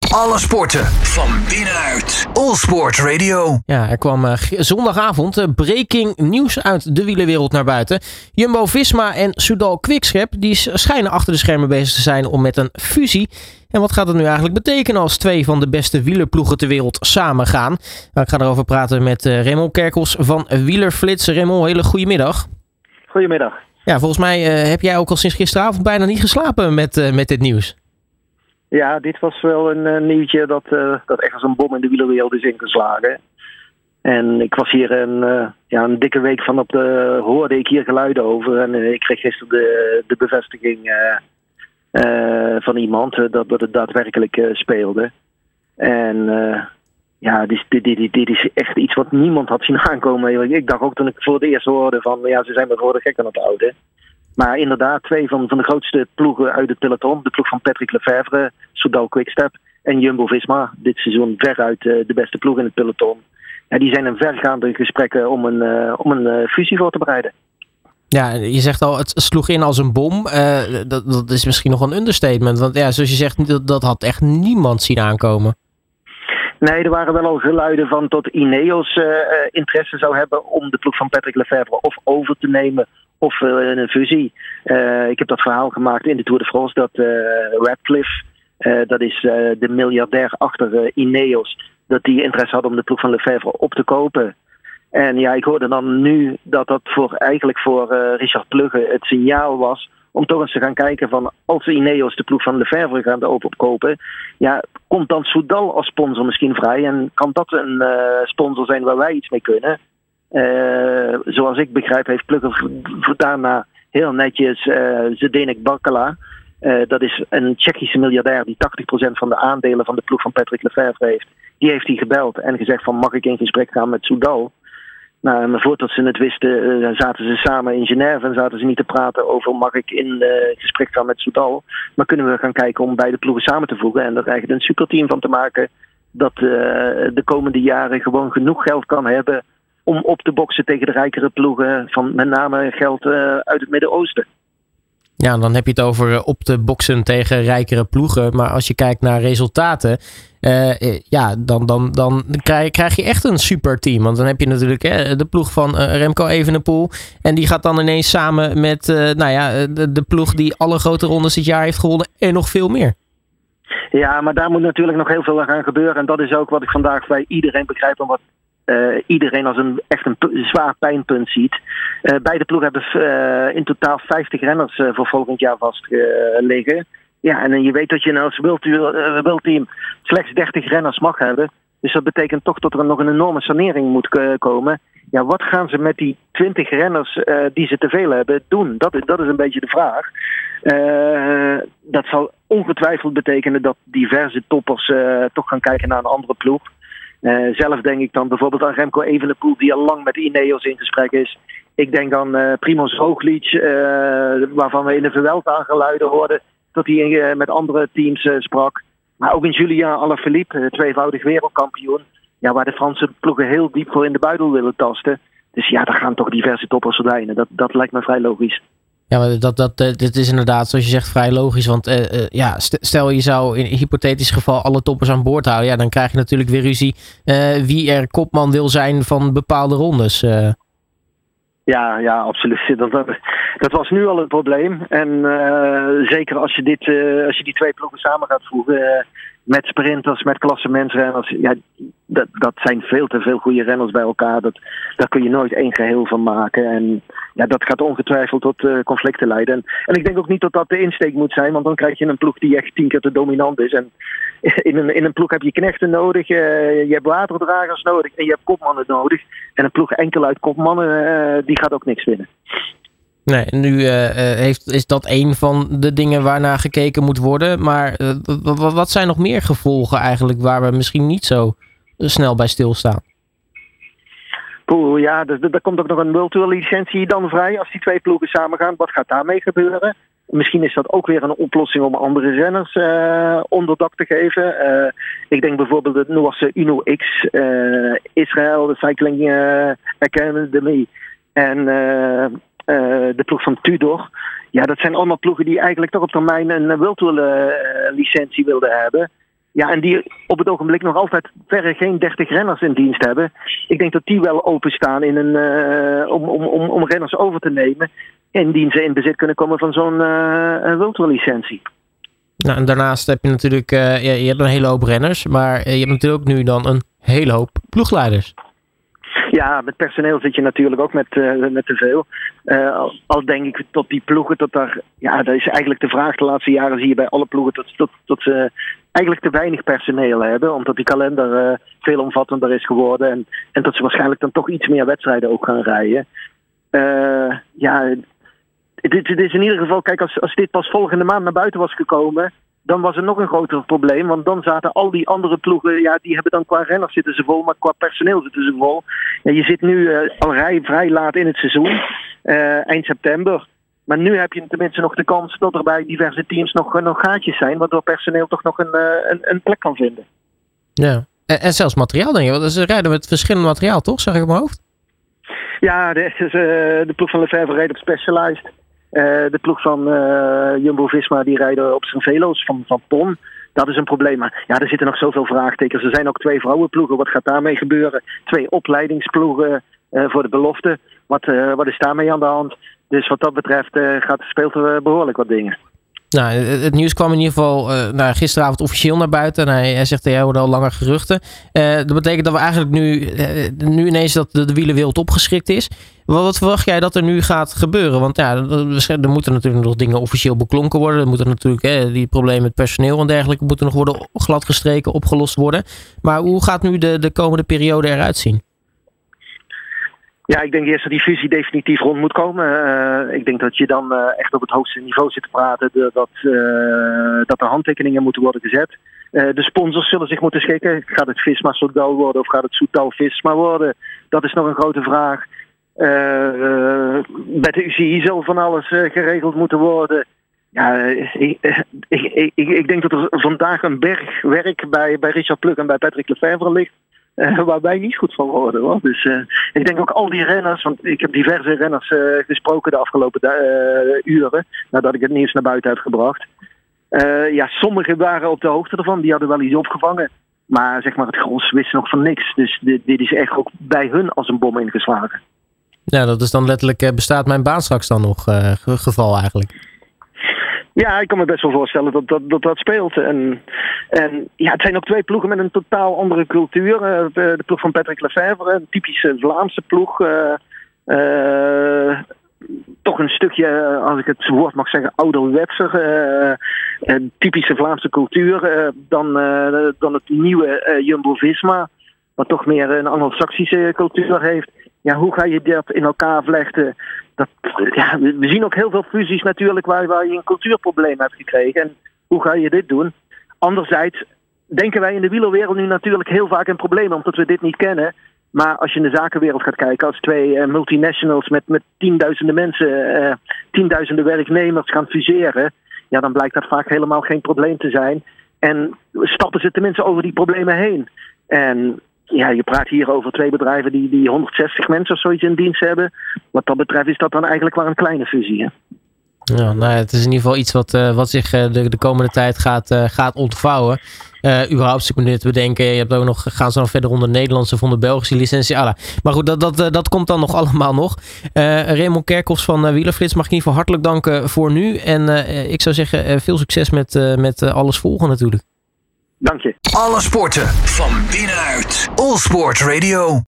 Alle sporten van binnenuit. All Sport Radio. Ja, er kwam zondagavond breaking nieuws uit de wielerwereld naar buiten. Jumbo-Visma en Soudal Quickstep die schijnen achter de schermen bezig te zijn om met een fusie. En wat gaat dat nu eigenlijk betekenen als twee van de beste wielerploegen ter wereld samen gaan? Nou, ik ga erover praten met Raymond Kerkels van Wielerflits. Raymond, hele goedemiddag. Goedemiddag. Ja, volgens mij heb jij ook al sinds gisteravond bijna niet geslapen met dit nieuws. Ja, dit was wel een nieuwtje dat echt als een bom in de wielerwereld is ingeslagen. En ik was hier een dikke week van hoorde ik hier geluiden over. En ik kreeg gisteren de bevestiging van iemand dat het daadwerkelijk speelde. En dit is echt iets wat niemand had zien aankomen. Ik dacht ook toen ik voor het eerst hoorde van ze zijn me voor de gek aan het houden. Maar inderdaad, twee van de grootste ploegen uit het peloton. De ploeg van Patrick Lefevere, Soudal Quickstep en Jumbo-Visma. Dit seizoen veruit de beste ploeg in het peloton. Ja, die zijn in vergaande gesprekken om een fusie voor te bereiden. Ja, je zegt al, het sloeg in als een bom. Dat is misschien nog een understatement. Want ja, zoals je zegt, dat had echt niemand zien aankomen. Nee, er waren wel al geluiden van tot Ineos interesse zou hebben om de ploeg van Patrick Lefevere of over te nemen of een fusie. Ik heb dat verhaal gemaakt in de Tour de France dat Radcliffe, dat is de miljardair achter Ineos, dat die interesse had om de ploeg van Lefevere op te kopen. En ja, ik hoorde dan nu dat eigenlijk voor Richard Plugge het signaal was om toch eens te gaan kijken van als Ineos de ploeg van Lefevere gaan opkopen, ja, komt dan Soudal als sponsor misschien vrij en kan dat een sponsor zijn waar wij iets mee kunnen? Zoals ik begrijp heeft Plugge daarna heel netjes Zdeněk Bakala, dat is een Tsjechische miljardair die 80% van de aandelen van de ploeg van Patrick Lefevere heeft. Die heeft hij gebeld en gezegd van mag ik in gesprek gaan met Soudal? Nou, maar voordat ze het wisten, zaten ze samen in Genève en zaten ze niet te praten over mag ik in gesprek gaan met Soudal. Maar kunnen we gaan kijken om beide ploegen samen te voegen en er eigenlijk een superteam van te maken dat de komende jaren gewoon genoeg geld kan hebben om op te boksen tegen de rijkere ploegen van met name geld uit het Midden-Oosten. Ja, dan heb je het over op te boksen tegen rijkere ploegen. Maar als je kijkt naar resultaten, dan krijg je echt een superteam. Want dan heb je natuurlijk de ploeg van Remco Evenepoel. En die gaat dan ineens samen met de ploeg die alle grote rondes dit jaar heeft gewonnen en nog veel meer. Ja, maar daar moet natuurlijk nog heel veel gaan gebeuren. En dat is ook wat ik vandaag bij iedereen begrijp en wat iedereen als een zwaar pijnpunt ziet. Beide ploegen hebben in totaal 50 renners voor volgend jaar vastgelegen. Ja, en je weet dat je als wildteam slechts 30 renners mag hebben. Dus dat betekent toch dat er nog een enorme sanering moet komen. Ja, wat gaan ze met die 20 renners die ze te veel hebben doen? Dat is een beetje de vraag. Dat zal ongetwijfeld betekenen dat diverse toppers toch gaan kijken naar een andere ploeg. Zelf denk ik dan bijvoorbeeld aan Remco Evenepoel die al lang met Ineos in gesprek is. Ik denk aan Primož Roglič, waarvan we in de Vuelta geluiden hoorden dat hij met andere teams sprak. Maar ook in Julien Alaphilippe, tweevoudig wereldkampioen. Ja, waar de Franse ploegen heel diep voor in de buidel willen tasten. Dus ja, daar gaan toch diverse toppers verdwijnen. Dat lijkt me vrij logisch. Ja, maar dit is inderdaad, zoals je zegt, vrij logisch. Want stel je zou in hypothetisch geval alle toppers aan boord houden. Ja, dan krijg je natuurlijk weer ruzie wie er kopman wil zijn van bepaalde rondes. Ja, absoluut. Dat was nu al het probleem. En zeker als je die twee ploegen samen gaat voegen. Met sprinters, met klassementsrenners. Ja, dat zijn veel te veel goede renners bij elkaar. Daar kun je nooit één geheel van maken. En ja, dat gaat ongetwijfeld tot conflicten leiden. En ik denk ook niet dat dat de insteek moet zijn. Want dan krijg je een ploeg die echt 10 keer te dominant is. En in een ploeg heb je knechten nodig. Je hebt waterdragers nodig. En je hebt kopmannen nodig. En een ploeg enkel uit kopmannen, die gaat ook niks winnen. Nee, nu is dat een van de dingen waarnaar gekeken moet worden. Maar wat zijn nog meer gevolgen eigenlijk waar we misschien niet zo snel bij stilstaan? Ja, er komt ook nog een World Tour licentie dan vrij als die twee ploegen samen gaan. Wat gaat daarmee gebeuren? Misschien is dat ook weer een oplossing om andere renners onderdak te geven. Ik denk bijvoorbeeld het Noorse Uno X, Israël, de Cycling Academy en de ploeg van Tudor. Ja, dat zijn allemaal ploegen die eigenlijk toch op termijn een World Tour licentie wilden hebben. Ja, en die op het ogenblik nog altijd verre geen 30 renners in dienst hebben. Ik denk dat die wel openstaan om renners over te nemen. Indien ze in bezit kunnen komen van zo'n World Tour licentie. Nou, en daarnaast heb je natuurlijk, je hebt een hele hoop renners. Maar je hebt natuurlijk ook nu dan een hele hoop ploegleiders. Ja, met personeel zit je natuurlijk ook met te veel. Al denk ik tot die ploegen, dat is eigenlijk de vraag. De laatste jaren zie je bij alle ploegen dat ze eigenlijk te weinig personeel hebben. Omdat die kalender veel omvattender is geworden. En dat ze waarschijnlijk dan toch iets meer wedstrijden ook gaan rijden. Het is in ieder geval, kijk, als dit pas volgende maand naar buiten was gekomen, dan was er nog een groter probleem. Want dan zaten al die andere ploegen, die hebben dan qua renners zitten ze vol, maar qua personeel zitten ze vol. Ja, je zit nu al vrij laat in het seizoen, eind september. Maar nu heb je tenminste nog de kans dat er bij diverse teams nog gaatjes zijn, waardoor personeel toch nog een plek kan vinden. Ja, en zelfs materiaal denk je, want ze rijden met verschillend materiaal, toch? Zeg ik op mijn hoofd? Ja, de ploeg van Lefevre rijdt op Specialized. De ploeg van Jumbo-Visma die rijden op zijn velo's van PON. Dat is een probleem. Maar ja, er zitten nog zoveel vraagtekens. Er zijn ook 2 vrouwenploegen. Wat gaat daarmee gebeuren? 2 opleidingsploegen voor de belofte. Wat is daarmee aan de hand? Dus wat dat betreft speelt er behoorlijk wat dingen. Nou, het nieuws kwam in ieder geval gisteravond officieel naar buiten. En hij zegt, hij hoorde al langer geruchten. Dat betekent dat we eigenlijk nu ineens dat de wielerwereld opgeschrikt is. Wat verwacht jij dat er nu gaat gebeuren? Want ja, er moeten natuurlijk nog dingen officieel beklonken worden. Er moeten natuurlijk die problemen met personeel en dergelijke moeten nog worden gladgestreken, opgelost worden. Maar hoe gaat nu de komende periode eruit zien? Ja, ik denk eerst dat die fusie definitief rond moet komen. Ik denk dat je dan echt op het hoogste niveau zit te praten. Dat er handtekeningen moeten worden gezet. De sponsors zullen zich moeten schikken. Gaat het Visma Soudal worden of gaat het Soudal Visma worden? Dat is nog een grote vraag. Met de UCI zal van alles geregeld moeten worden. Ja, ik denk dat er vandaag een berg werk bij Richard Plug en bij Patrick Lefevre ligt. Waar wij niet goed van worden, hoor. Dus ik denk ook al die renners, want ik heb diverse renners gesproken de afgelopen uren, nadat ik het nieuws naar buiten heb gebracht. Sommigen waren op de hoogte ervan, die hadden wel iets opgevangen. Maar zeg maar, het gros wist nog van niks. Dus dit is echt ook bij hun als een bom ingeslagen. Ja, dat is dan letterlijk, bestaat mijn baan straks dan nog geval eigenlijk? Ja, ik kan me best wel voorstellen dat speelt. En ja, het zijn ook 2 ploegen met een totaal andere cultuur. De ploeg van Patrick Lefevre, een typische Vlaamse ploeg. Toch een stukje, als ik het woord mag zeggen, ouderwetser. Een typische Vlaamse cultuur dan het nieuwe Jumbo-Visma. Wat toch meer een Anglo-Saxische cultuur heeft. Ja, hoe ga je dat in elkaar vlechten? We zien ook heel veel fusies natuurlijk waar je een cultuurprobleem hebt gekregen. En hoe ga je dit doen? Anderzijds denken wij in de wielerwereld nu natuurlijk heel vaak een probleem, omdat we dit niet kennen. Maar als je in de zakenwereld gaat kijken, als 2 multinationals met tienduizenden mensen, tienduizenden werknemers gaan fuseren, ja, dan blijkt dat vaak helemaal geen probleem te zijn. En stappen ze tenminste over die problemen heen. En ja, je praat hier over 2 bedrijven die 160 mensen of zoiets in dienst hebben. Wat dat betreft is dat dan eigenlijk maar een kleine fusie, hè? Ja, nou, het is in ieder geval iets wat zich de komende tijd gaat ontvouwen. Überhaupt secundair te bedenken. Je hebt ook nog, gaan ze dan verder onder Nederlandse of onder Belgische licentie. Maar goed, dat komt dan nog allemaal nog. Raymond Kerkhoffs van Wielerflits mag ik in ieder geval hartelijk danken voor nu. En ik zou zeggen, veel succes met alles volgen natuurlijk. Dank je. Alle sporten van binnenuit. All Sport Radio.